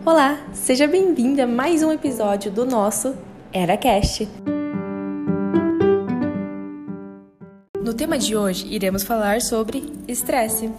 Olá, seja bem-vinda a mais um episódio do nosso EraCast. No tema de hoje, iremos falar sobre estresse.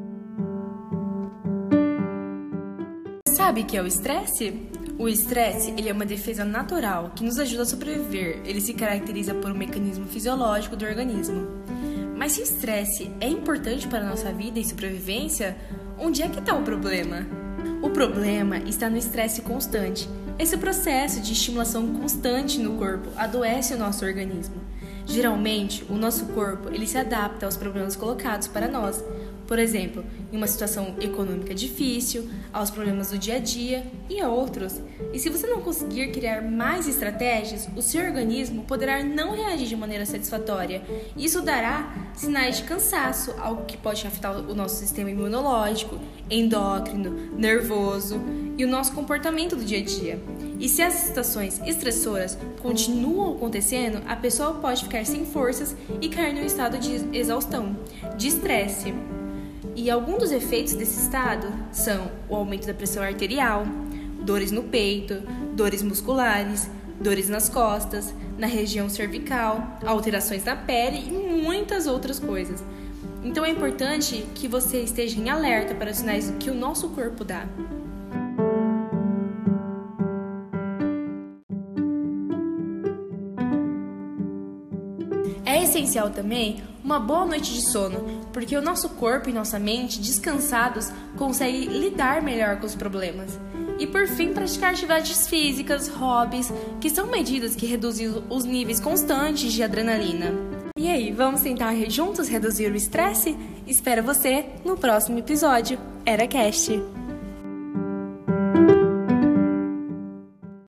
Sabe o que é o estresse? O estresse, ele é uma defesa natural que nos ajuda a sobreviver. Ele se caracteriza por um mecanismo fisiológico do organismo. Mas se o estresse é importante para a nossa vida e sobrevivência, onde é que está o problema? O problema está no estresse constante. Esse processo de estimulação constante no corpo adoece o nosso organismo. Geralmente, o nosso corpo ele se adapta aos problemas colocados para nós. Por exemplo, em uma situação econômica difícil, aos problemas do dia a dia e a outros. E se você não conseguir criar mais estratégias, o seu organismo poderá não reagir de maneira satisfatória. Isso dará sinais de cansaço, algo que pode afetar o nosso sistema imunológico, endócrino, nervoso e o nosso comportamento do dia a dia. E se as situações estressoras continuam acontecendo, a pessoa pode ficar sem forças e cair num estado de exaustão, de estresse. E alguns dos efeitos desse estado são o aumento da pressão arterial, dores no peito, dores musculares, dores nas costas, na região cervical, alterações na pele e muitas outras coisas. Então é importante que você esteja em alerta para os sinais que o nosso corpo dá. É essencial também uma boa noite de sono, porque o nosso corpo e nossa mente descansados conseguem lidar melhor com os problemas. E por fim, praticar atividades físicas, hobbies, que são medidas que reduzem os níveis constantes de adrenalina. E aí, vamos tentar juntos reduzir o estresse? Espero você no próximo episódio EraCast!